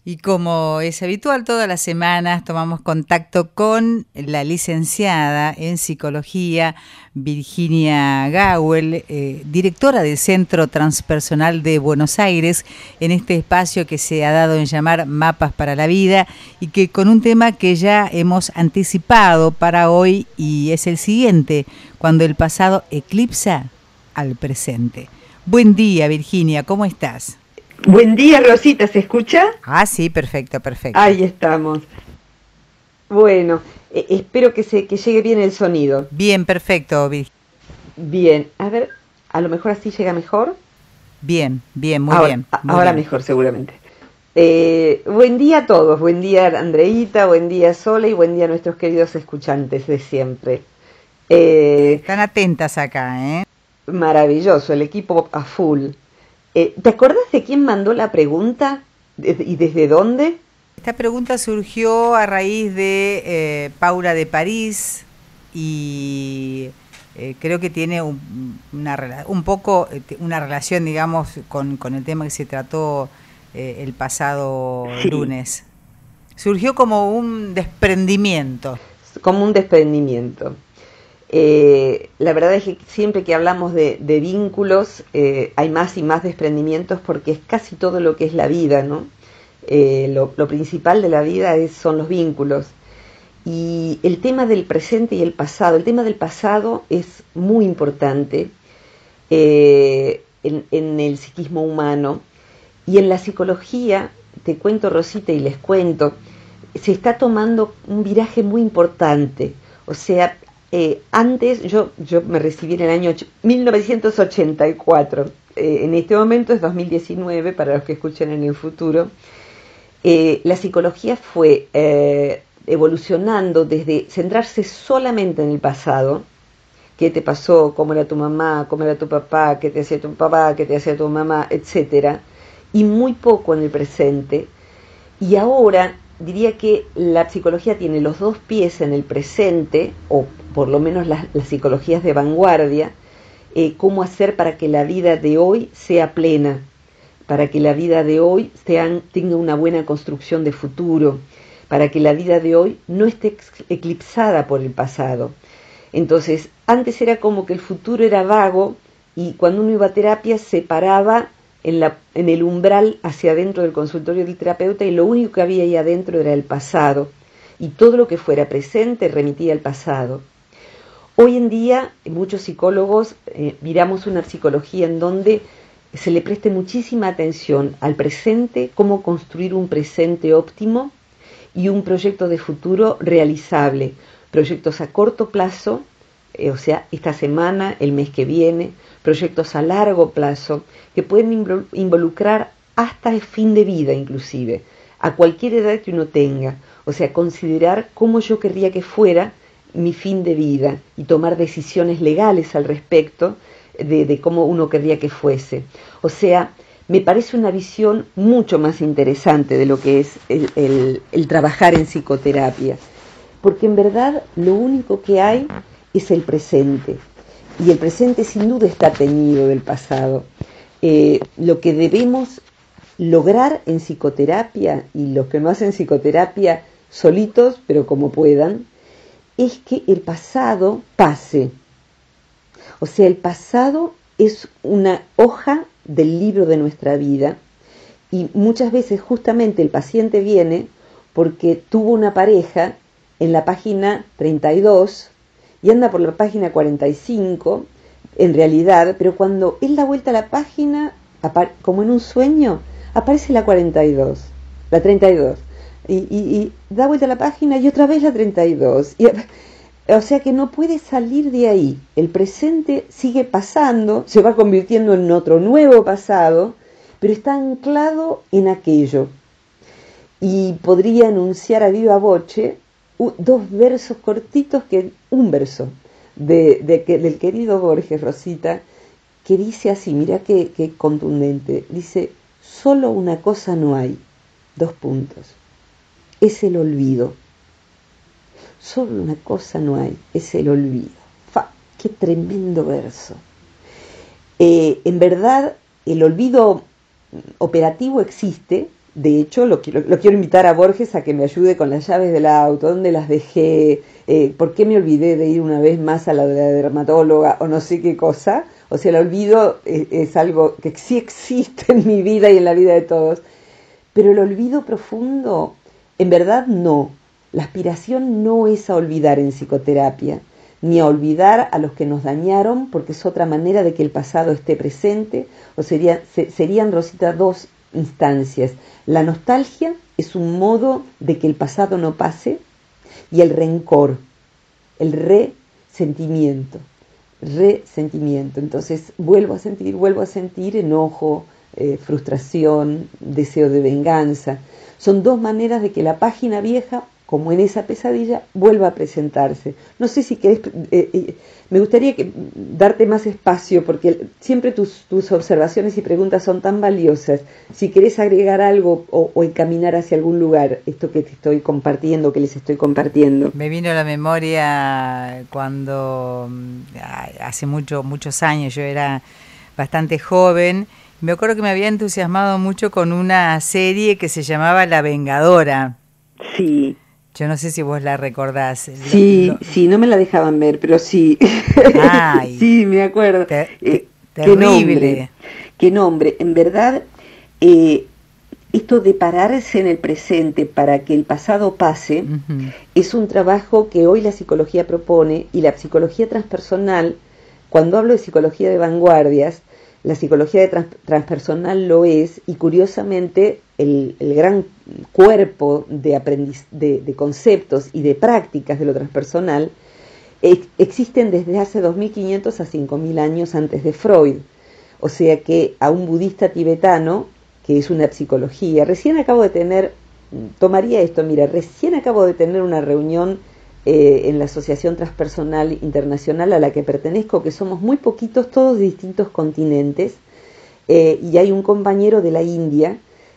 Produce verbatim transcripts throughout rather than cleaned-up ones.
Y como es habitual, todas las semanas tomamos contacto con la licenciada en psicología Virginia Gawel, eh, directora del Centro Transpersonal de Buenos Aires, en este espacio que se ha dado en llamar Mapas para la Vida y que con un tema que ya hemos anticipado para hoy y es el siguiente, cuando el pasado eclipsa al presente. Buen día, Virginia, ¿cómo estás? Buen día, Rosita, ¿se escucha? Ah, sí, perfecto, perfecto. Ahí estamos. Bueno, eh, espero que se que llegue bien el sonido. Bien, perfecto, Virginia. Bien, a ver, a lo mejor así llega mejor. Bien, bien, muy Ahora, bien, a- muy ahora bien. mejor seguramente. Eh, buen día a todos, buen día Andreita, buen día Sola y buen día a nuestros queridos escuchantes de siempre. Eh, Están atentas acá, ¿eh? Maravilloso, el equipo a full. Eh, ¿te acordás de quién mandó la pregunta ¿Desde- y desde dónde? Esta pregunta surgió a raíz de eh, Paula de París y eh, creo que tiene un, una, rela- un poco eh, una relación, digamos, con, con el tema que se trató eh, el pasado Sí, lunes. Surgió como un desprendimiento. como un desprendimiento. Eh, la verdad es que siempre que hablamos de, de vínculos eh, hay más y más desprendimientos porque es casi todo lo que es la vida, ¿no? Eh, lo, lo principal de la vida es, son los vínculos. Y el tema del presente y el pasado, el tema del pasado es muy importante eh, en, en el psiquismo humano y en la psicología, te cuento Rosita y les cuento, se está tomando un viraje muy importante. O sea, eh, antes yo, yo me recibí en el año mil novecientos ochenta y cuatro, eh, en este momento es dos mil diecinueve para los que escuchen en el futuro. Eh, la psicología fue eh, evolucionando desde centrarse solamente en el pasado, qué te pasó, cómo era tu mamá, cómo era tu papá, qué te hacía tu papá, qué te hacía tu mamá, etcétera, y muy poco en el presente. Y ahora diría que la psicología tiene los dos pies en el presente, o por lo menos las, las psicologías de vanguardia, eh, cómo hacer para que la vida de hoy sea plena, para que la vida de hoy sean, tenga una buena construcción de futuro, para que la vida de hoy no esté eclipsada por el pasado. Entonces, antes era como que el futuro era vago y cuando uno iba a terapia se paraba en, la, en el umbral hacia adentro del consultorio del terapeuta y lo único que había ahí adentro era el pasado y todo lo que fuera presente remitía al pasado. Hoy en día muchos psicólogos eh, miramos una psicología en donde se le preste muchísima atención al presente, cómo construir un presente óptimo y un proyecto de futuro realizable, proyectos a corto plazo, eh, o sea, esta semana, el mes que viene, proyectos a largo plazo, que pueden involucrar hasta el fin de vida inclusive, a cualquier edad que uno tenga, o sea, considerar cómo yo querría que fuera mi fin de vida y tomar decisiones legales al respecto de, de cómo uno querría que fuese. O sea, me parece una visión mucho más interesante de lo que es el, el, el trabajar en psicoterapia, porque en verdad lo único que hay es el presente, y el presente sin duda está teñido del pasado. Eh, lo que debemos lograr en psicoterapia, y los que no hacen psicoterapia solitos, pero como puedan, es que el pasado pase. O sea, el pasado es una hoja del libro de nuestra vida y muchas veces justamente el paciente viene porque tuvo una pareja en la página treinta y dos y anda por la página cuarenta y cinco en realidad, pero cuando él da vuelta a la página, como en un sueño, aparece la cuarenta y dos, la treinta y dos, y, y, y da vuelta a la página y otra vez la treinta y dos, y, o sea que no puede salir de ahí. El presente sigue pasando, se va convirtiendo en otro nuevo pasado, pero está anclado en aquello. Y podría enunciar a viva voce uh, dos versos cortitos, que un verso de, de, de, del querido Borges, Rosita, que dice así, mira qué, qué contundente, dice, solo una cosa no hay, dos puntos, es el olvido. Solo una cosa no hay, es el olvido. ¡Fa! ¡Qué tremendo verso! Eh, en verdad, el olvido operativo existe, De hecho, lo quiero, lo quiero invitar a Borges a que me ayude con las llaves del auto, dónde las dejé, eh, por qué me olvidé de ir una vez más a la, de la dermatóloga o no sé qué cosa. O sea, el olvido es, es algo que sí existe en mi vida y en la vida de todos. Pero el olvido profundo, en verdad no. La aspiración no es a olvidar en psicoterapia, ni a olvidar a los que nos dañaron, porque es otra manera de que el pasado esté presente, o sería, se, serían, Rosita, dos instancias. La nostalgia es un modo de que el pasado no pase, y el rencor, el resentimiento, resentimiento. Entonces vuelvo a sentir, vuelvo a sentir enojo, eh, frustración, deseo de venganza. Son dos maneras de que la página vieja, como en esa pesadilla, vuelva a presentarse. No sé si querés, eh, eh, me gustaría que, darte más espacio, porque siempre tus, tus observaciones y preguntas son tan valiosas. Si querés agregar algo o, o encaminar hacia algún lugar, esto que te estoy compartiendo, que les estoy compartiendo. Me vino a la memoria cuando hace mucho, muchos años, yo era bastante joven. Me acuerdo que me había entusiasmado mucho con una serie que se llamaba La Vengadora. Sí. Yo no sé si vos la recordás. Sí, lo, lo... sí, no me la dejaban ver, pero sí. Ay, sí, me acuerdo. Te, te, eh, terrible. Qué nombre, qué nombre. En verdad, eh, esto de pararse en el presente para que el pasado pase, uh-huh. es un trabajo que hoy la psicología propone, y la psicología transpersonal, cuando hablo de psicología de vanguardias, la psicología de trans, transpersonal lo es, y curiosamente el, el gran cuerpo de, aprendiz, de, de conceptos y de prácticas de lo transpersonal ex, existen desde hace dos mil quinientos a cinco mil años antes de Freud. O sea que a un budista tibetano, que es una psicología, recién acabo de tener, tomaría esto, mira, recién acabo de tener una reunión Eh, en la Asociación Transpersonal Internacional a la que pertenezco, que somos muy poquitos, todos de distintos continentes, eh, y hay un compañero de la India,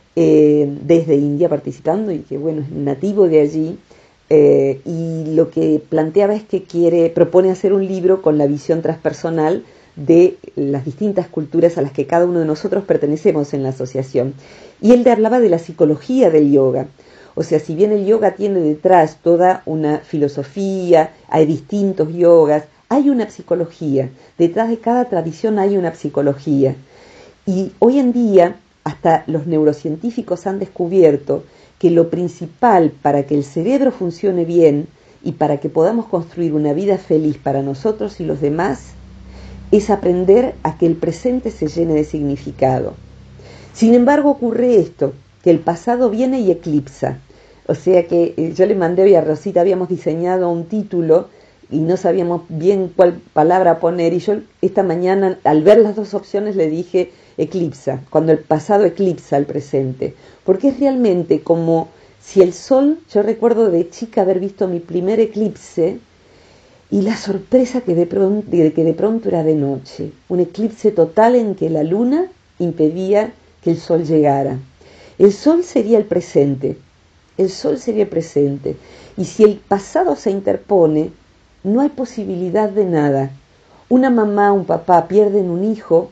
eh, desde India participando, y que bueno, es nativo de allí, eh, y lo que planteaba es que quiere, propone hacer un libro con la visión transpersonal de las distintas culturas a las que cada uno de nosotros pertenecemos en la asociación. Y él le hablaba de la psicología del yoga. O sea, si bien el yoga tiene detrás toda una filosofía, hay distintos yogas, hay una psicología. Detrás de cada tradición hay una psicología. Y hoy en día, hasta los neurocientíficos han descubierto que lo principal para que el cerebro funcione bien y para que podamos construir una vida feliz para nosotros y los demás, es aprender a que el presente se llene de significado. Sin embargo, ocurre esto, que el pasado viene y eclipsa. O sea que eh, yo le mandé hoy a Rosita, habíamos diseñado un título y no sabíamos bien cuál palabra poner, y yo esta mañana al ver las dos opciones le dije eclipsa, cuando el pasado eclipsa al presente, porque es realmente como si el sol, yo recuerdo de chica haber visto mi primer eclipse y la sorpresa que de pronto, de que de pronto era de noche, un eclipse total en que la luna impedía que el sol llegara. El sol sería el presente. El sol sería el presente, y si el pasado se interpone, no hay posibilidad de nada. Una mamá, un papá pierden un hijo,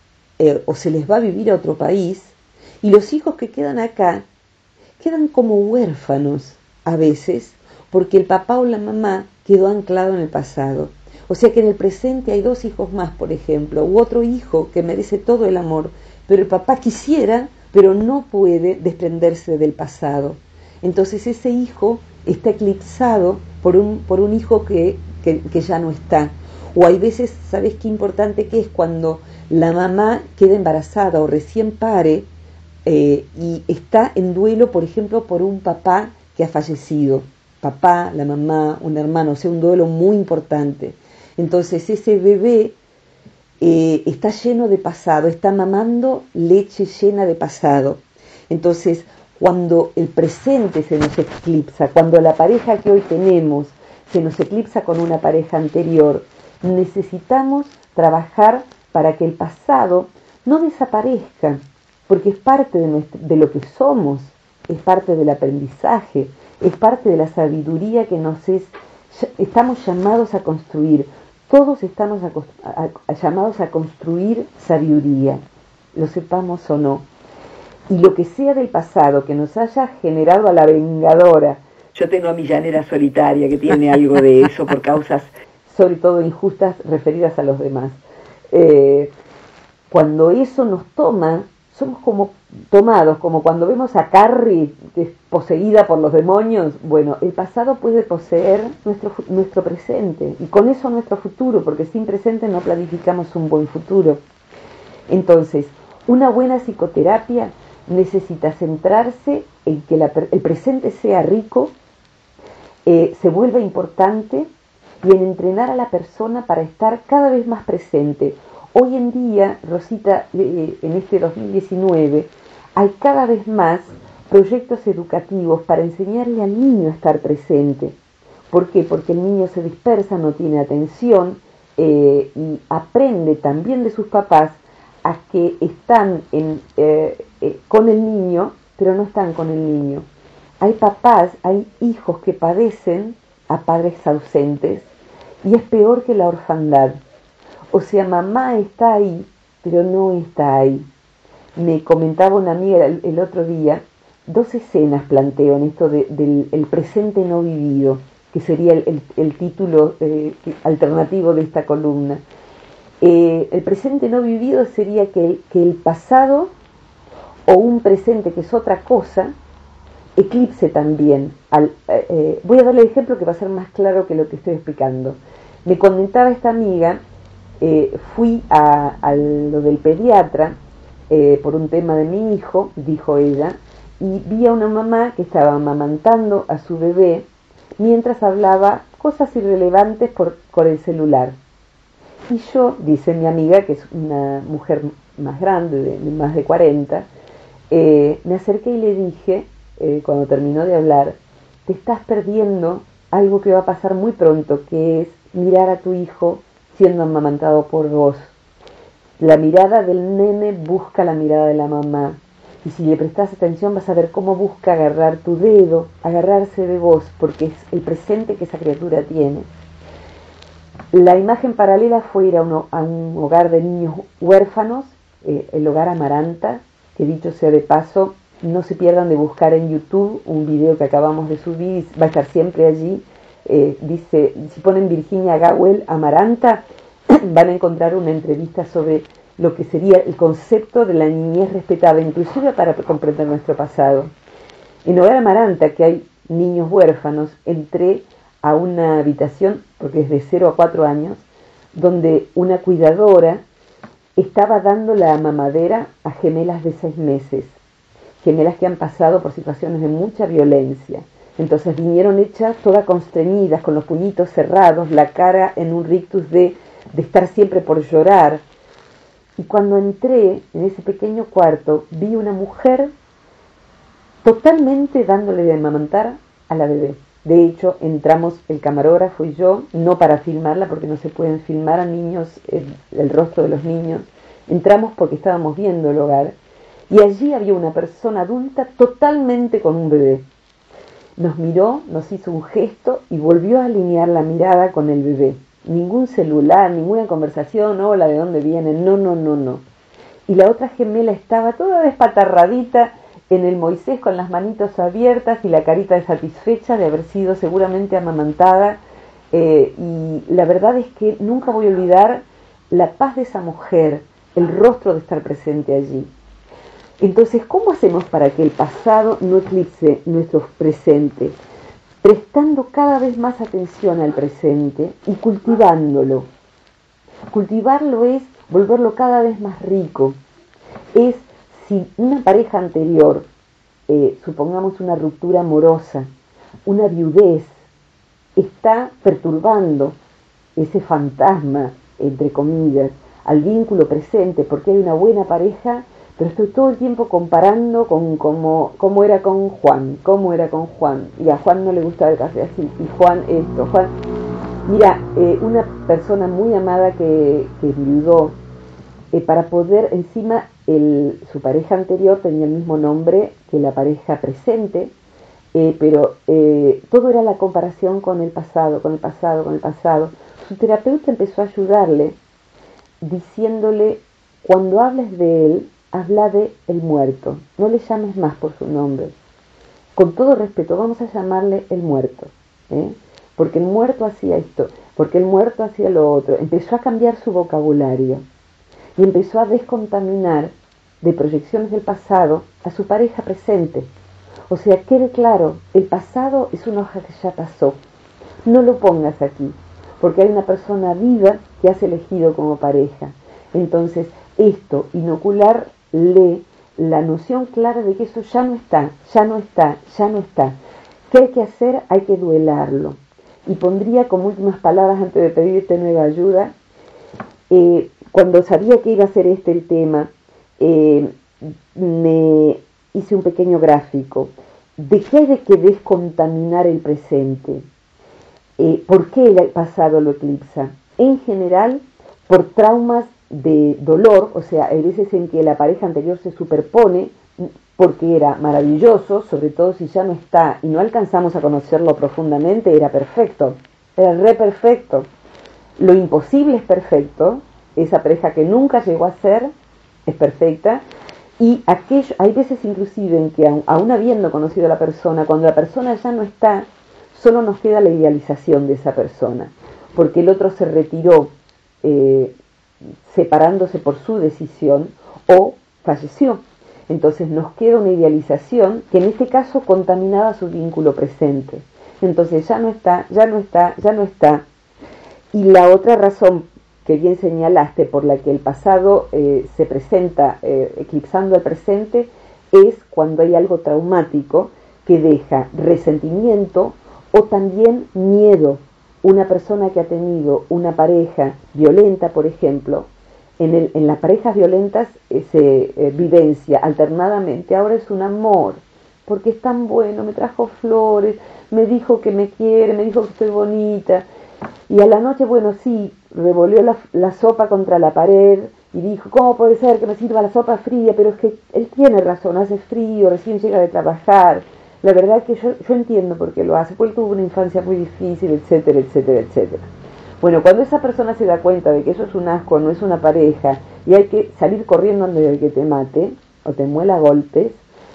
eh, o se les va a vivir a otro país, y los hijos que quedan acá quedan como huérfanos a veces, porque el papá o la mamá quedó anclado en el pasado. O sea que en el presente hay dos hijos más, por ejemplo, u otro hijo que merece todo el amor, pero el papá quisiera, pero no puede desprenderse del pasado. Entonces ese hijo está eclipsado por un, por un hijo que, que, que ya no está. O hay veces, ¿sabes qué importante que es cuando la mamá queda embarazada o recién pare eh, y está en duelo, por ejemplo, por un papá que ha fallecido? Papá, la mamá, un hermano, o sea, un duelo muy importante. Entonces ese bebé eh, está lleno de pasado, está mamando leche llena de pasado. Entonces, cuando el presente se nos eclipsa, cuando la pareja que hoy tenemos se nos eclipsa con una pareja anterior, necesitamos trabajar para que el pasado no desaparezca, porque es parte de, nuestro, de lo que somos, es parte del aprendizaje, es parte de la sabiduría que nos es, estamos llamados a construir. Todos estamos a, a, a, llamados a construir sabiduría, lo sepamos o no. Y lo que sea del pasado que nos haya generado a la vengadora. Yo tengo a mi llanera solitaria que tiene algo de eso por causas sobre todo injustas referidas a los demás. Eh, cuando eso nos toma, somos como tomados, como cuando vemos a Carrie poseída por los demonios. Bueno, el pasado puede poseer nuestro, nuestro presente y con eso nuestro futuro, porque sin presente no planificamos un buen futuro. Entonces, una buena psicoterapia necesita centrarse en que la, el presente sea rico, eh, se vuelva importante y en entrenar a la persona para estar cada vez más presente. Hoy en día, Rosita, eh, en este dos mil diecinueve, hay cada vez más proyectos educativos para enseñarle al niño a estar presente. ¿Por qué? Porque el niño se dispersa, no tiene atención eh, y aprende también de sus papás a que están en, eh, eh, con el niño, pero no están con el niño. Hay papás, hay hijos que padecen a padres ausentes y es peor que la orfandad. O sea, mamá está ahí, pero no está ahí. Me comentaba una amiga el, el otro día, dos escenas planteo en esto de, del el presente no vivido, que sería el, el, el título eh, alternativo de esta columna. Eh, el presente no vivido sería que el, que el pasado o un presente que es otra cosa eclipse también. Al, eh, voy a darle el ejemplo que va a ser más claro que lo que estoy explicando. Me comentaba esta amiga, eh, fui a, a lo del pediatra eh, por un tema de mi hijo, dijo ella, y vi a una mamá que estaba amamantando a su bebé mientras hablaba cosas irrelevantes por, por el celular. Y yo, dice mi amiga, que es una mujer más grande, de, de más de cuarenta, eh, me acerqué y le dije, eh, cuando terminó de hablar, te estás perdiendo algo que va a pasar muy pronto, que es mirar a tu hijo siendo amamantado por vos. La mirada del nene busca la mirada de la mamá. Y si le prestas atención vas a ver cómo busca agarrar tu dedo, agarrarse de vos, porque es el presente que esa criatura tiene. La imagen paralela fue ir a un, a un hogar de niños huérfanos, eh, el hogar Amaranta, que dicho sea de paso, no se pierdan de buscar en YouTube un video que acabamos de subir, va a estar siempre allí. Eh, dice, si ponen Virginia Gawel Amaranta, van a encontrar una entrevista sobre lo que sería el concepto de la niñez respetada, inclusive para comprender nuestro pasado. En Hogar Amaranta, que hay niños huérfanos, entré a una habitación, porque es de cero a cuatro años, donde una cuidadora estaba dando la mamadera a gemelas de seis meses, gemelas que han pasado por situaciones de mucha violencia. Entonces vinieron hechas todas constreñidas, con los puñitos cerrados, la cara en un rictus de, de estar siempre por llorar. Y cuando entré en ese pequeño cuarto, vi una mujer totalmente dándole de amamantar a la bebé. De hecho, entramos el camarógrafo y yo, no para filmarla, porque no se pueden filmar a niños, el, el rostro de los niños. Entramos porque estábamos viendo el hogar. Y allí había una persona adulta totalmente con un bebé. Nos miró, nos hizo un gesto y volvió a alinear la mirada con el bebé. Ningún celular, ninguna conversación, hola, ¿de dónde viene? No, no, no, no. Y la otra gemela estaba toda despatarradita en el Moisés con las manitos abiertas y la carita de satisfecha de haber sido seguramente amamantada. Eh, y la verdad es que nunca voy a olvidar la paz de esa mujer, el rostro de estar presente allí. Entonces, ¿cómo hacemos para que el pasado no eclipse nuestro presente? Prestando cada vez más atención al presente y cultivándolo. Cultivarlo es volverlo cada vez más rico. Es si una pareja anterior, eh, supongamos una ruptura amorosa, una viudez, está perturbando ese fantasma, entre comillas, al vínculo presente, porque hay una buena pareja, pero estoy todo el tiempo comparando con cómo, cómo era con Juan, cómo era con Juan, y a Juan no le gustaba el café así, y Juan esto, Juan... Mira, eh, una persona muy amada que, que enviudó, eh, para poder, encima, el, su pareja anterior tenía el mismo nombre que la pareja presente, eh, pero eh, todo era la comparación con el pasado, con el pasado, con el pasado. Su terapeuta empezó a ayudarle, diciéndole, cuando hables de él, habla de el muerto. No le llames más por su nombre. Con todo respeto, vamos a llamarle el muerto, ¿eh? Porque el muerto hacía esto, porque el muerto hacía lo otro. Empezó a cambiar su vocabulario y empezó a descontaminar de proyecciones del pasado a su pareja presente. O sea, quede claro, el pasado es una hoja que ya pasó. No lo pongas aquí, porque hay una persona viva que has elegido como pareja. Entonces, esto, inocularle la noción clara de que eso ya no está, ya no está, ya no está. ¿Qué hay que hacer? Hay que duelarlo. Y pondría como últimas palabras antes de pedirte nueva ayuda, eh, cuando sabía que iba a ser este el tema, eh, me hice un pequeño gráfico de qué hay de que descontaminar el presente. Eh, ¿Por qué el pasado lo eclipsa? En general, por traumas de dolor, o sea, hay veces en que la pareja anterior se superpone porque era maravilloso, sobre todo si ya no está y no alcanzamos a conocerlo profundamente, era perfecto, era re perfecto. Lo imposible es perfecto, esa pareja que nunca llegó a ser es perfecta, y aquello, hay veces inclusive en que aun, aun habiendo conocido a la persona, cuando la persona ya no está, solo nos queda la idealización de esa persona, porque el otro se retiró eh, separándose por su decisión o falleció. Entonces nos queda una idealización que en este caso contaminaba su vínculo presente. Entonces ya no está, ya no está, ya no está. Y la otra razón que bien señalaste por la que el pasado eh, se presenta eh, eclipsando al presente es cuando hay algo traumático que deja resentimiento o también miedo. Una persona que ha tenido una pareja violenta, por ejemplo, en, el, en las parejas violentas eh, se eh, vivencia alternadamente, ahora es un amor, porque es tan bueno, me trajo flores, me dijo que me quiere, me dijo que estoy bonita, y a la noche, bueno, sí, revolvió la, la sopa contra la pared y dijo, ¿cómo puede ser que me sirva la sopa fría? Pero es que él tiene razón, hace frío, recién llega de trabajar. La verdad que yo, yo entiendo por qué lo hace, porque él tuvo una infancia muy difícil, etcétera, etcétera, etcétera. Bueno, cuando esa persona se da cuenta de que eso es un asco, no es una pareja, y hay que salir corriendo antes de que te mate, o te muela a golpes,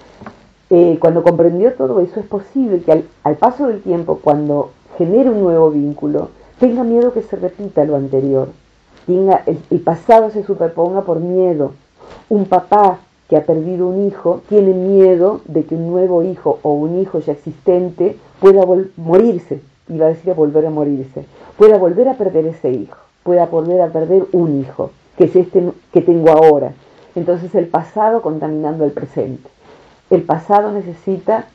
eh, cuando comprendió todo eso, es posible que al, al paso del tiempo, cuando genere un nuevo vínculo, tenga miedo que se repita lo anterior, tenga el, el pasado se superponga por miedo. Un papá que ha perdido un hijo tiene miedo de que un nuevo hijo o un hijo ya existente pueda morirse, iba a decir volver a morirse, pueda volver a perder ese hijo, pueda volver a perder un hijo, que es este que tengo ahora. Entonces el pasado contaminando el presente. El pasado necesita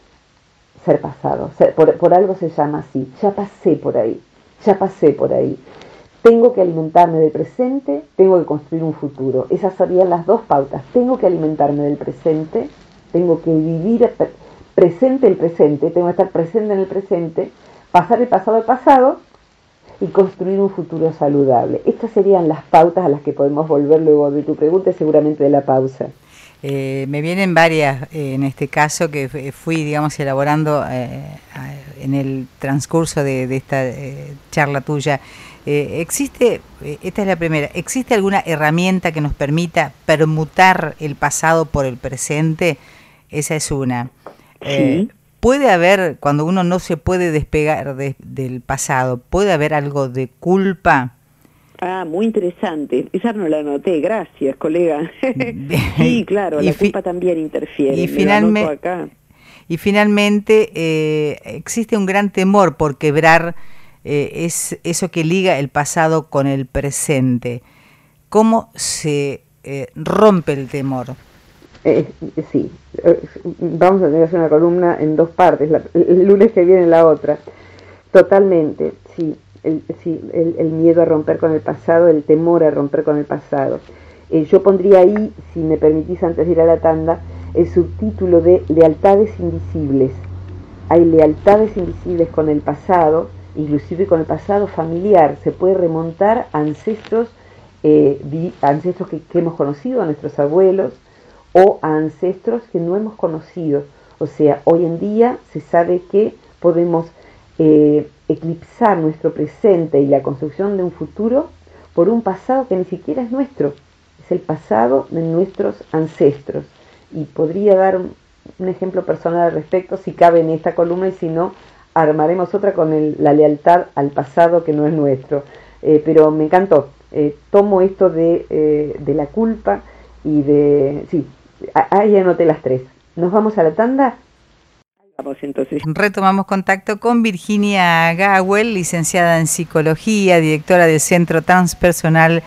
ser pasado, por, por algo se llama así, ya pasé por ahí, ya pasé por ahí. Tengo que alimentarme del presente, tengo que construir un futuro. Esas serían las dos pautas. Tengo que alimentarme del presente, tengo que vivir presente el presente, tengo que estar presente en el presente, pasar el pasado al pasado y construir un futuro saludable. Estas serían las pautas a las que podemos volver luego de tu pregunta y seguramente de la pausa. Eh, me vienen varias, eh, en este caso, que fui, digamos, elaborando eh, en el transcurso de, de esta eh, charla tuya. Eh, existe, eh, esta es la primera, ¿existe alguna herramienta que nos permita permutar el pasado por el presente? Esa es una. Eh, Sí. ¿Puede haber, cuando uno no se puede despegar de, del pasado, puede haber algo de culpa? Ah, muy interesante. Esa no la anoté, gracias, colega. Sí, claro, la culpa también interfiere. Y, finalme, acá. y finalmente eh, existe un gran temor por quebrar eh, es eso que liga el pasado con el presente. ¿Cómo se eh, rompe el temor? Eh, sí, vamos a tener que hacer una columna en dos partes, la, el lunes que viene la otra. Totalmente, sí. El, sí, el, el miedo a romper con el pasado, el temor a romper con el pasado. Eh, yo pondría ahí, si me permitís antes de ir a la tanda, el subtítulo de lealtades invisibles. Hay lealtades invisibles con el pasado, inclusive con el pasado familiar. Se puede remontar a ancestros, eh, vi, ancestros que, que hemos conocido, a nuestros abuelos, o a ancestros que no hemos conocido. O sea, hoy en día se sabe que podemos eh, eclipsar nuestro presente y la construcción de un futuro por un pasado que ni siquiera es nuestro. es el pasado de nuestros ancestros. Y podría dar un, un ejemplo personal al respecto, si cabe en esta columna, y si no, armaremos otra con el, la lealtad al pasado que no es nuestro. Eh, pero me encantó. Eh, tomo esto de, eh, de la culpa y de... Sí, ahí anoté las tres. ¿Nos vamos a la tanda? Vamos entonces. Retomamos contacto con Virginia Gawel, licenciada en Psicología, directora del Centro Transpersonal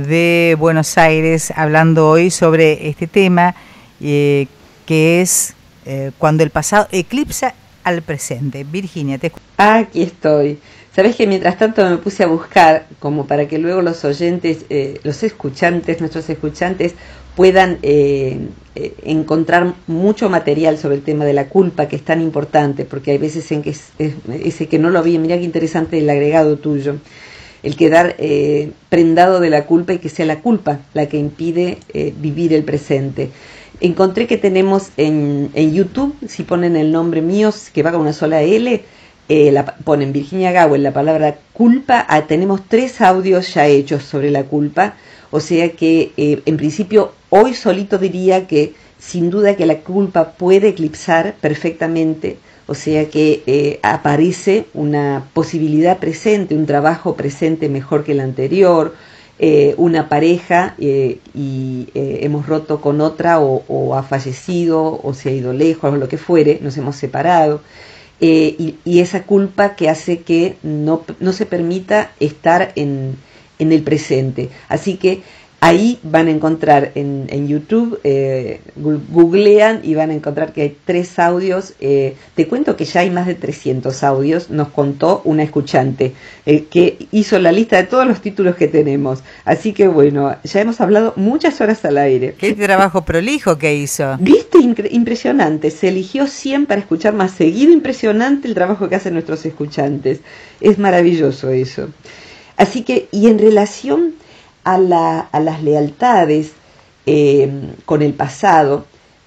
de Buenos Aires, hablando hoy sobre este tema eh, que es eh, cuando el pasado eclipsa al presente. Virginia, te escucho. Aquí estoy. Sabés que mientras tanto me puse a buscar, como para que luego los oyentes, eh, los escuchantes, nuestros escuchantes, puedan eh, eh, encontrar mucho material sobre el tema de la culpa, que es tan importante, porque hay veces en que es, es, ese que no lo vi, mirá qué interesante el agregado tuyo, el quedar eh, prendado de la culpa y que sea la culpa la que impide eh, vivir el presente. Encontré que tenemos en, en YouTube, si ponen el nombre mío, que va con una sola L, eh, la, ponen Virginia Gawel, la palabra culpa, ah, tenemos tres audios ya hechos sobre la culpa, o sea que eh, en principio hoy solito diría que sin duda que la culpa puede eclipsar perfectamente, o sea que eh, aparece una posibilidad presente, un trabajo presente mejor que el anterior, eh, una pareja eh, y eh, hemos roto con otra o, o ha fallecido o se ha ido lejos o lo que fuere, nos hemos separado. Eh, y, y esa culpa que hace que no, no se permita estar en, en el presente. Así que ahí van a encontrar en, en YouTube, eh, googlean y van a encontrar que hay tres audios. Eh, te cuento que ya hay más de trescientos audios, nos contó una escuchante eh, que hizo la lista de todos los títulos que tenemos. Así que bueno, ya hemos hablado muchas horas al aire. Qué trabajo prolijo que hizo. ¿Viste? Incre- impresionante. Se eligió cien para escuchar más seguido. Impresionante el trabajo que hacen nuestros escuchantes. Es maravilloso eso. Así que, y en relación a, la, a las lealtades eh, con el pasado,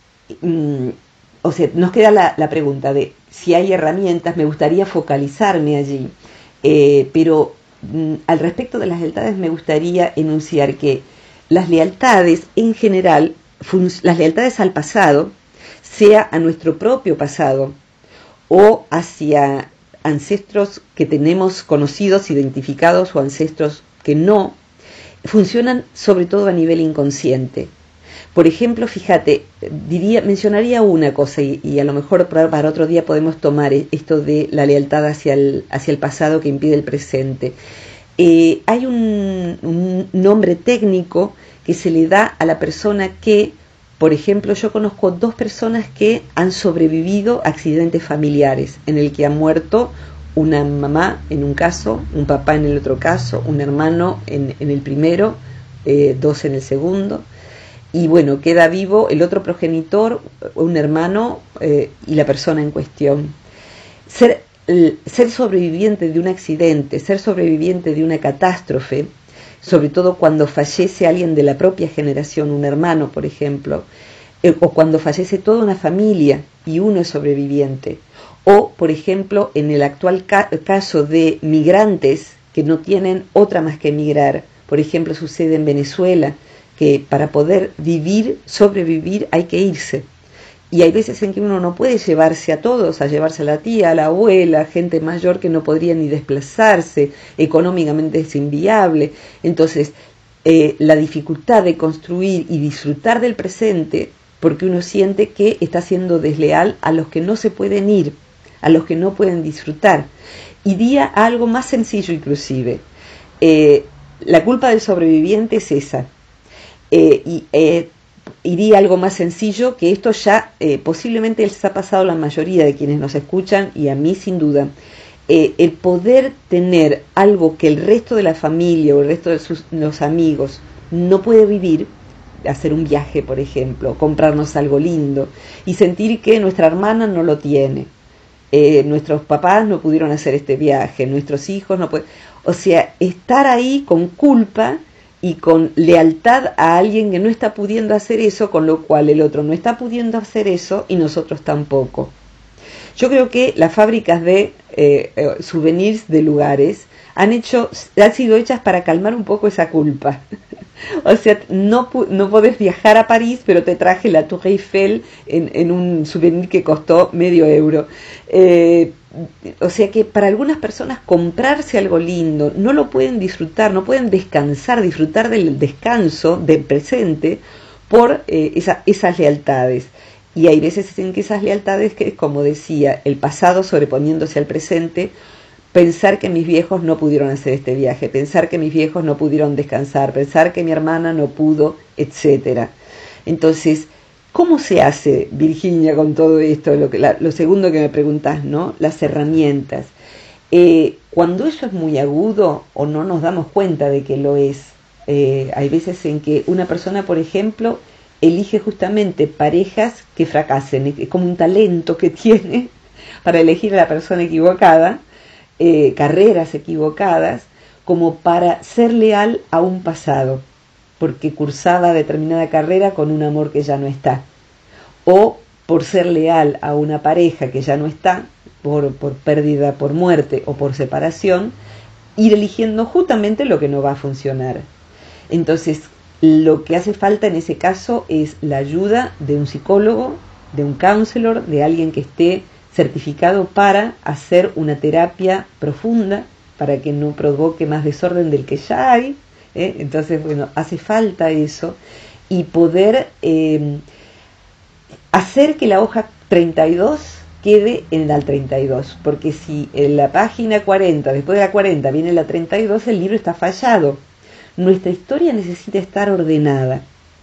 mm, o sea, nos queda la, la pregunta de si hay herramientas, me gustaría focalizarme allí, eh, pero mm, al respecto de las lealtades me gustaría enunciar que las lealtades en general, fun- las lealtades al pasado, sea a nuestro propio pasado o hacia ancestros que tenemos conocidos, identificados, o ancestros que no, funcionan sobre todo a nivel inconsciente. Por ejemplo, fíjate, diría, mencionaría una cosa y, y a lo mejor para, para otro día podemos tomar esto de la lealtad hacia el, hacia el pasado que impide el presente. Eh, hay un, un nombre técnico que se le da a la persona que, por ejemplo, yo conozco dos personas que han sobrevivido a accidentes familiares, en el que ha muerto una mamá en un caso, un papá en el otro caso, un hermano en, en el primero, eh, dos en el segundo, y bueno, queda vivo el otro progenitor, un hermano eh, y la persona en cuestión. Ser, el, ser sobreviviente de un accidente, ser sobreviviente de una catástrofe, sobre todo cuando fallece alguien de la propia generación, un hermano, por ejemplo, eh, o cuando fallece toda una familia y uno es sobreviviente. O, por ejemplo, en el actual ca- caso de migrantes que no tienen otra más que emigrar. Por ejemplo, sucede en Venezuela, que para poder vivir, sobrevivir, hay que irse. Y hay veces en que uno no puede llevarse a todos, a llevarse a la tía, a la abuela, gente mayor que no podría ni desplazarse, económicamente es inviable. Entonces, eh, la dificultad de construir y disfrutar del presente, porque uno siente que está siendo desleal a los que no se pueden ir, a los que no pueden disfrutar. Y diría algo más sencillo inclusive. Eh, la culpa del sobreviviente es esa. Eh, y eh, iría algo más sencillo, que esto ya eh, posiblemente les ha pasado a la mayoría de quienes nos escuchan y a mí sin duda. Eh, el poder tener algo que el resto de la familia o el resto de sus, los amigos no puede vivir, hacer un viaje por ejemplo, comprarnos algo lindo y sentir que nuestra hermana no lo tiene. Eh, nuestros papás no pudieron hacer este viaje, nuestros hijos no pueden, o sea, estar ahí con culpa y con lealtad a alguien que no está pudiendo hacer eso, con lo cual el otro no está pudiendo hacer eso y nosotros tampoco. Yo creo que las fábricas de eh, eh, souvenirs de lugares han hecho, han sido hechas para calmar un poco esa culpa. O sea, no, no podés viajar a París, pero te traje la Tour Eiffel en, en un souvenir que costó medio euro. Eh, o sea que para algunas personas comprarse algo lindo, no lo pueden disfrutar, no pueden descansar, disfrutar del descanso, del presente, por eh, esa, esas lealtades. Y hay veces en que esas lealtades, que como decía, el pasado sobreponiéndose al presente, pensar que mis viejos no pudieron hacer este viaje, pensar que mis viejos no pudieron descansar, pensar que mi hermana no pudo, etcétera. Entonces, ¿cómo se hace, Virginia, con todo esto? Lo, que, la, lo segundo que me preguntás, ¿no? Las herramientas. Eh, cuando eso es muy agudo o no nos damos cuenta de que lo es, eh, hay veces en que una persona, por ejemplo, elige justamente parejas que fracasen, es como un talento que tiene para elegir a la persona equivocada, Eh, carreras equivocadas, como para ser leal a un pasado, porque cursaba determinada carrera con un amor que ya no está, o por ser leal a una pareja que ya no está, por, por pérdida, por muerte o por separación, ir eligiendo justamente lo que no va a funcionar. Entonces, lo que hace falta en ese caso es la ayuda de un psicólogo, de un counselor, de alguien que esté certificado para hacer una terapia profunda, para que no provoque más desorden del que ya hay, ¿eh? Entonces, bueno, hace falta eso, y poder eh, hacer que la hoja treinta y dos quede en la treinta y dos, porque si en la página cuarenta, después de la cuarenta viene la treinta y dos, el libro está fallado. Nuestra historia necesita estar ordenada,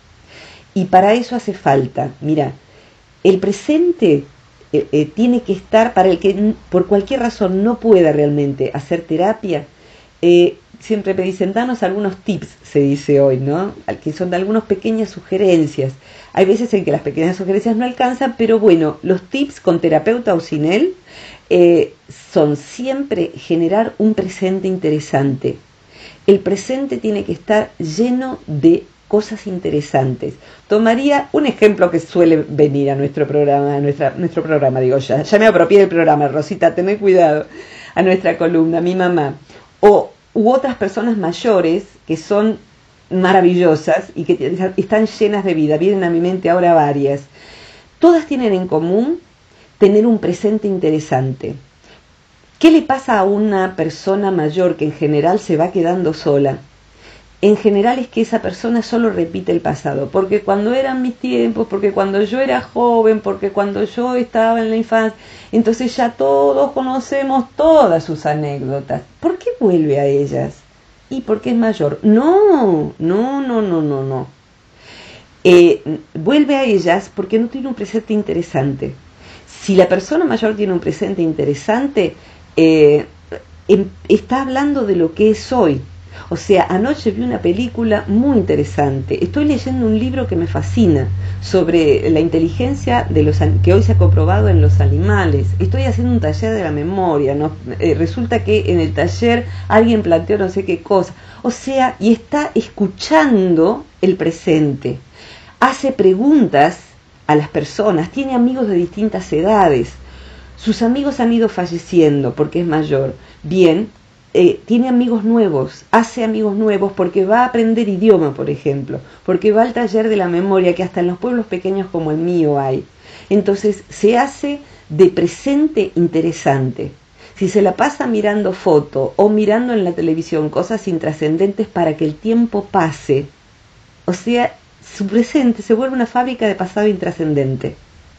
y para eso hace falta, mira, el presente Eh, eh, tiene que estar, para el que por cualquier razón no pueda realmente hacer terapia, eh, siempre me dicen, danos algunos tips, se dice hoy, ¿no? Que son de algunas pequeñas sugerencias. Hay veces en que las pequeñas sugerencias no alcanzan, pero bueno, los tips con terapeuta o sin él eh, son siempre generar un presente interesante. El presente tiene que estar lleno de cosas interesantes. Tomaría un ejemplo que suele venir a nuestro programa, a nuestra, nuestro programa, digo ya, ya me apropié del programa, Rosita, tened cuidado, a nuestra columna, mi mamá, o u otras personas mayores que son maravillosas y que están llenas de vida, vienen a mi mente ahora varias. Todas tienen en común tener un presente interesante. ¿Qué le pasa a una persona mayor que en general se va quedando sola? En general es que esa persona solo repite el pasado, porque cuando eran mis tiempos, porque cuando yo era joven, porque cuando yo estaba en la infancia, entonces ya todos conocemos todas sus anécdotas. ¿Por qué vuelve a ellas? ¿Y porque es mayor? No, no, no, no, no, no. Eh, vuelve a ellas porque no tiene un presente interesante. Si la persona mayor tiene un presente interesante, eh, em, está hablando de lo que es hoy. O sea, anoche vi una película muy interesante. Estoy leyendo un libro que me fascina sobre la inteligencia de los que hoy se ha comprobado en los animales. Estoy haciendo un taller de la memoria, ¿no? Eh, resulta que en el taller alguien planteó no sé qué cosa. O sea, y está escuchando el presente. Hace preguntas a las personas, tiene amigos de distintas edades. Sus amigos han ido falleciendo porque es mayor. Bien. Eh, tiene amigos nuevos, hace amigos nuevos porque va a aprender idioma, por ejemplo, porque va al taller de la memoria que hasta en los pueblos pequeños como el mío hay. Entonces se hace de presente interesante. Si se la pasa mirando foto o mirando en la televisión cosas intrascendentes para que el tiempo pase, o sea, su presente se vuelve una fábrica de pasado intrascendente.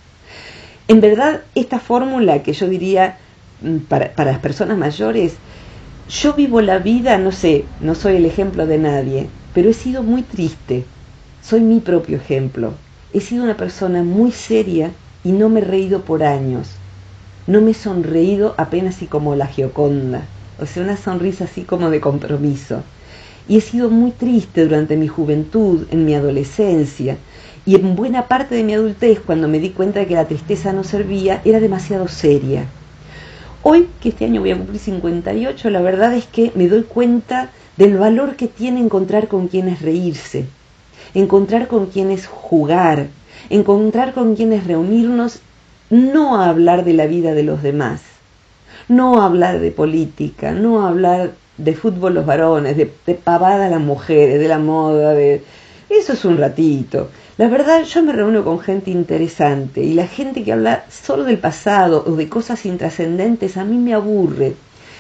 En verdad, esta fórmula que yo diría para, para las personas mayores, yo vivo la vida, no sé, no soy el ejemplo de nadie, pero he sido muy triste, soy mi propio ejemplo. He sido una persona muy seria y no me he reído por años. No me he sonreído apenas y como la Gioconda, o sea, una sonrisa así como de compromiso. Y he sido muy triste durante mi juventud, en mi adolescencia, y en buena parte de mi adultez, cuando me di cuenta de que la tristeza no servía, era demasiado seria. Hoy, que este año voy a cumplir cincuenta y ocho, la verdad es que me doy cuenta del valor que tiene encontrar con quienes reírse, encontrar con quienes jugar, encontrar con quienes reunirnos, no a hablar de la vida de los demás, no a hablar de política, no a hablar de fútbol los varones, de, de pavada las mujeres, de la moda, de eso es un ratito. La verdad, yo me reúno con gente interesante y la gente que habla solo del pasado o de cosas intrascendentes a mí me aburre.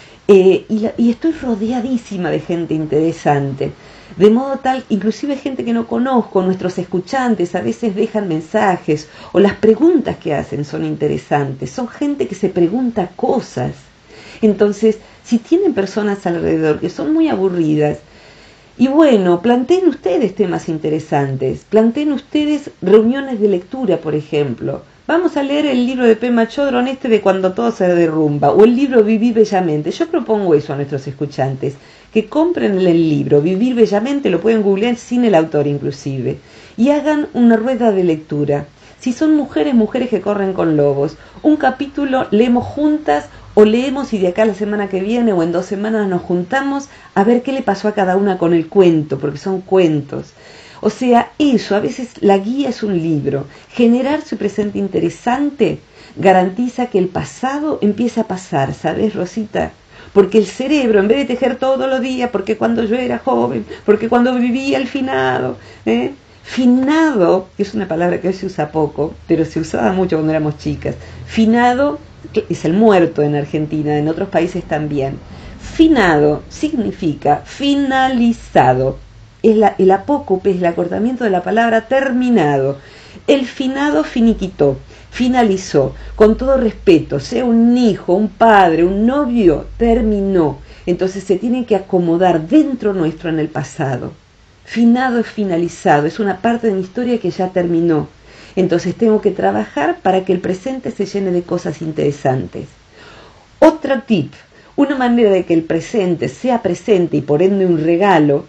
Eh, y, la, y estoy rodeadísima de gente interesante, de modo tal, inclusive gente que no conozco, nuestros escuchantes a veces dejan mensajes o las preguntas que hacen son interesantes, son gente que se pregunta cosas. Entonces, si tienen personas alrededor que son muy aburridas, y bueno, planteen ustedes temas interesantes, planteen ustedes reuniones de lectura, por ejemplo. Vamos a leer el libro de Pema Chodron, este de Cuando todo se derrumba, o el libro Vivir Bellamente. Yo propongo eso a nuestros escuchantes, que compren el libro Vivir Bellamente, lo pueden googlear sin el autor inclusive, y hagan una rueda de lectura. Si son mujeres, mujeres que corren con lobos, un capítulo leemos juntas, o leemos y de acá la semana que viene o en dos semanas nos juntamos a ver qué le pasó a cada una con el cuento, porque son cuentos. O sea, eso, a veces la guía es un libro. Generar su presente interesante garantiza que el pasado empiece a pasar, ¿sabes, Rosita? Porque el cerebro, en vez de tejer todos los días, porque cuando yo era joven, porque cuando vivía el finado, ¿eh? Finado, que es una palabra que hoy se usa poco, pero se usaba mucho cuando éramos chicas. Finado es el muerto en Argentina, en otros países también. Finado significa finalizado. Es la, el apócope, es el acortamiento de la palabra terminado. El finado finiquitó, finalizó, con todo respeto, sea un hijo, un padre, un novio, terminó. Entonces se tiene que acomodar dentro nuestro en el pasado. Finado es finalizado, es una parte de mi historia que ya terminó. Entonces tengo que trabajar para que el presente se llene de cosas interesantes. Otro tip, una manera de que el presente sea presente y por ende un regalo,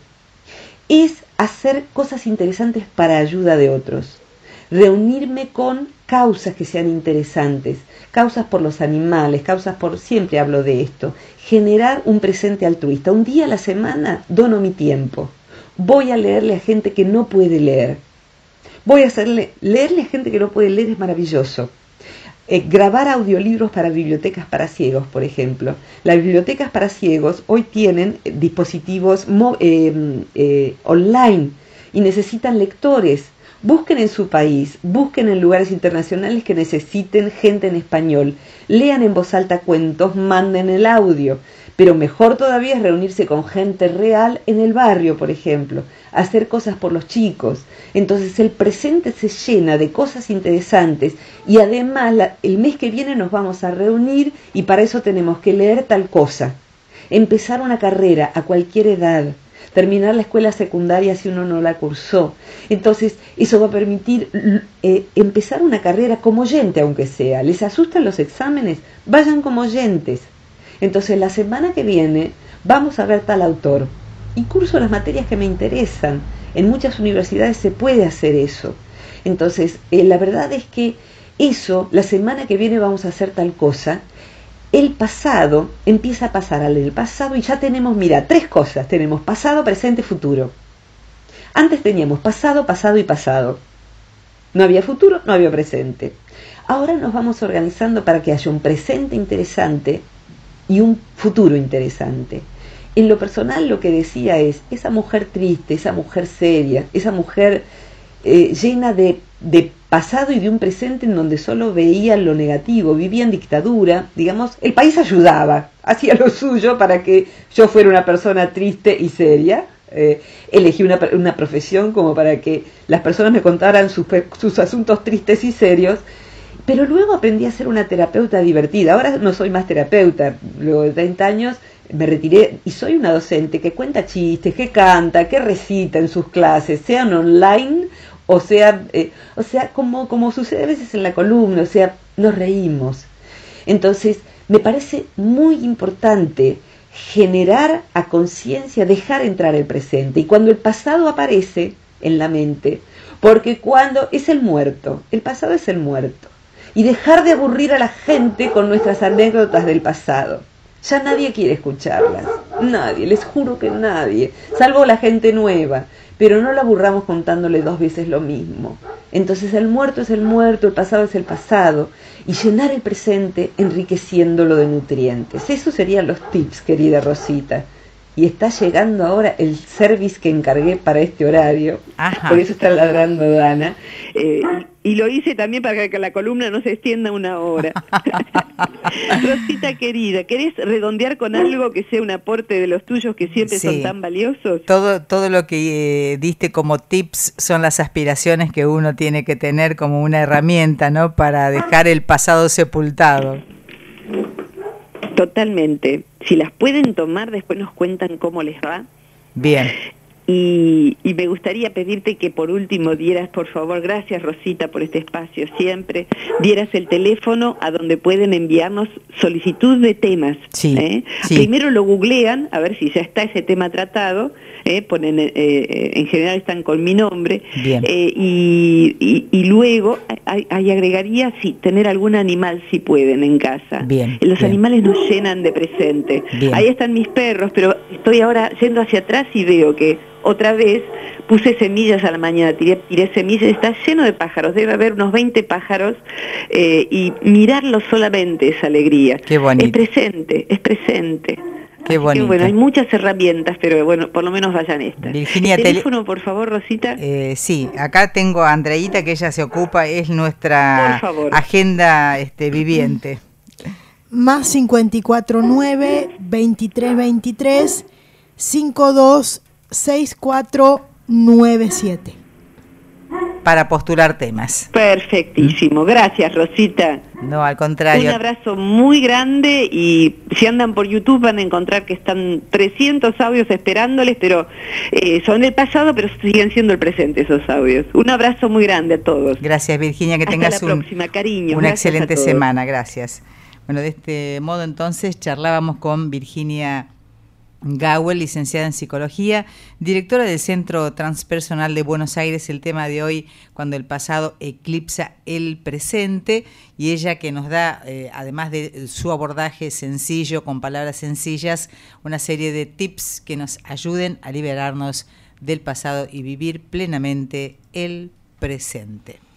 es hacer cosas interesantes para ayuda de otros. Reunirme con causas que sean interesantes, causas por los animales, causas por, siempre hablo de esto, generar un presente altruista. Un día a la semana dono mi tiempo. Voy a leerle a gente que no puede leer. Voy a hacerle, leerle a gente que no puede leer es maravilloso. Eh, grabar audiolibros para bibliotecas para ciegos, por ejemplo. Las bibliotecas para ciegos hoy tienen dispositivos eh, eh, online y necesitan lectores. Busquen en su país, busquen en lugares internacionales que necesiten gente en español. Lean en voz alta cuentos, manden el audio. Pero mejor todavía es reunirse con gente real en el barrio, por ejemplo, hacer cosas por los chicos. Entonces el presente se llena de cosas interesantes y además la, el mes que viene nos vamos a reunir y para eso tenemos que leer tal cosa. Empezar una carrera a cualquier edad, terminar la escuela secundaria si uno no la cursó. Entonces eso va a permitir eh, empezar una carrera como oyente, aunque sea. ¿Les asustan los exámenes? Vayan como oyentes. Entonces la semana que viene vamos a ver tal autor y curso las materias que me interesan. En muchas universidades se puede hacer eso. Entonces eh, la verdad es que eso, la semana que viene vamos a hacer tal cosa. El pasado empieza a pasar al del pasado y ya tenemos, mira, tres cosas. Tenemos pasado, presente, futuro. Antes teníamos pasado, pasado y pasado. No había futuro, no había presente. Ahora nos vamos organizando para que haya un presente interesante y un futuro interesante. En lo personal lo que decía es, esa mujer triste, esa mujer seria, esa mujer eh, llena de, de pasado y de un presente en donde solo veía lo negativo, vivía en dictadura, digamos, el país ayudaba, hacía lo suyo para que yo fuera una persona triste y seria. Eh, elegí una, una profesión como para que las personas me contaran sus, sus asuntos tristes y serios. Pero luego aprendí a ser una terapeuta divertida. Ahora no soy más terapeuta. Luego de treinta años me retiré y soy una docente que cuenta chistes, que canta, que recita en sus clases, sean online o sea, eh, o sea como, como sucede a veces en la columna, o sea, nos reímos. Entonces, me parece muy importante generar a conciencia, dejar entrar el presente. Y cuando el pasado aparece en la mente, porque cuando es el muerto, el pasado es el muerto. Y dejar de aburrir a la gente con nuestras anécdotas del pasado. Ya nadie quiere escucharlas, nadie, les juro que nadie, salvo la gente nueva, pero no la aburramos contándole dos veces lo mismo. Entonces el muerto es el muerto, el pasado es el pasado, y llenar el presente enriqueciéndolo de nutrientes. Esos serían los tips, querida Rosita. y está llegando ahora el service que encargué para este horario. Ajá. Por eso está ladrando Dana. Eh, y, y lo hice también para que la columna no se extienda una hora. Rosita querida, ¿querés redondear con algo que sea un aporte de los tuyos que siempre Sí. son tan valiosos? Todo, todo lo que eh, diste como tips son las aspiraciones que uno tiene que tener como una herramienta, ¿no? Para dejar el pasado sepultado. Totalmente. Si las pueden tomar, después nos cuentan cómo les va. Bien. Y, y me gustaría pedirte que por último dieras, por favor, gracias Rosita por este espacio siempre, dieras el teléfono a donde pueden enviarnos solicitud de temas. Sí, ¿eh? sí. Primero lo googlean, a ver si ya está ese tema tratado, ¿eh? Ponen, eh, eh, en general están con mi nombre, Bien. eh, y, y, y luego ahí, ahí agregaría, sí, tener algún animal si pueden en casa. Bien, Los bien. animales nos llenan de presente. Bien. Ahí están mis perros, pero estoy ahora yendo hacia atrás y veo que otra vez puse semillas a la mañana, tiré, tiré semillas, está lleno de pájaros, debe haber unos veinte pájaros, eh, y mirarlos solamente es alegría. Qué bonito. Es presente, es presente. Qué Así bonito. que, bueno, hay muchas herramientas, pero bueno, por lo menos vayan estas. Virginia, ¿El tele- teléfono, por favor, Rosita? Eh, sí, acá tengo a Andreita, que ella se ocupa, es nuestra Por favor. agenda este, viviente. Más cincuenta y cuatro nueve, veintitrés veintitrés, cincuenta y dos sesenta y cuatro noventa y siete. Para postular temas. Perfectísimo, gracias Rosita. No, al Un contrario. abrazo muy grande y si andan por YouTube van a encontrar que están trescientos audios esperándoles, pero eh, son el pasado, pero siguen siendo el presente esos audios. Un abrazo muy grande a todos. Gracias, Virginia, que Hasta tengas la un- próxima, cariño. una Gracias a excelente todos. semana. Gracias. Bueno, de este modo entonces charlábamos con Virginia Gawel, licenciada en Psicología, directora del Centro Transpersonal de Buenos Aires. El tema de hoy, cuando el pasado eclipsa el presente, y ella que nos da, eh, además de su abordaje sencillo, con palabras sencillas, una serie de tips que nos ayuden a liberarnos del pasado y vivir plenamente el presente.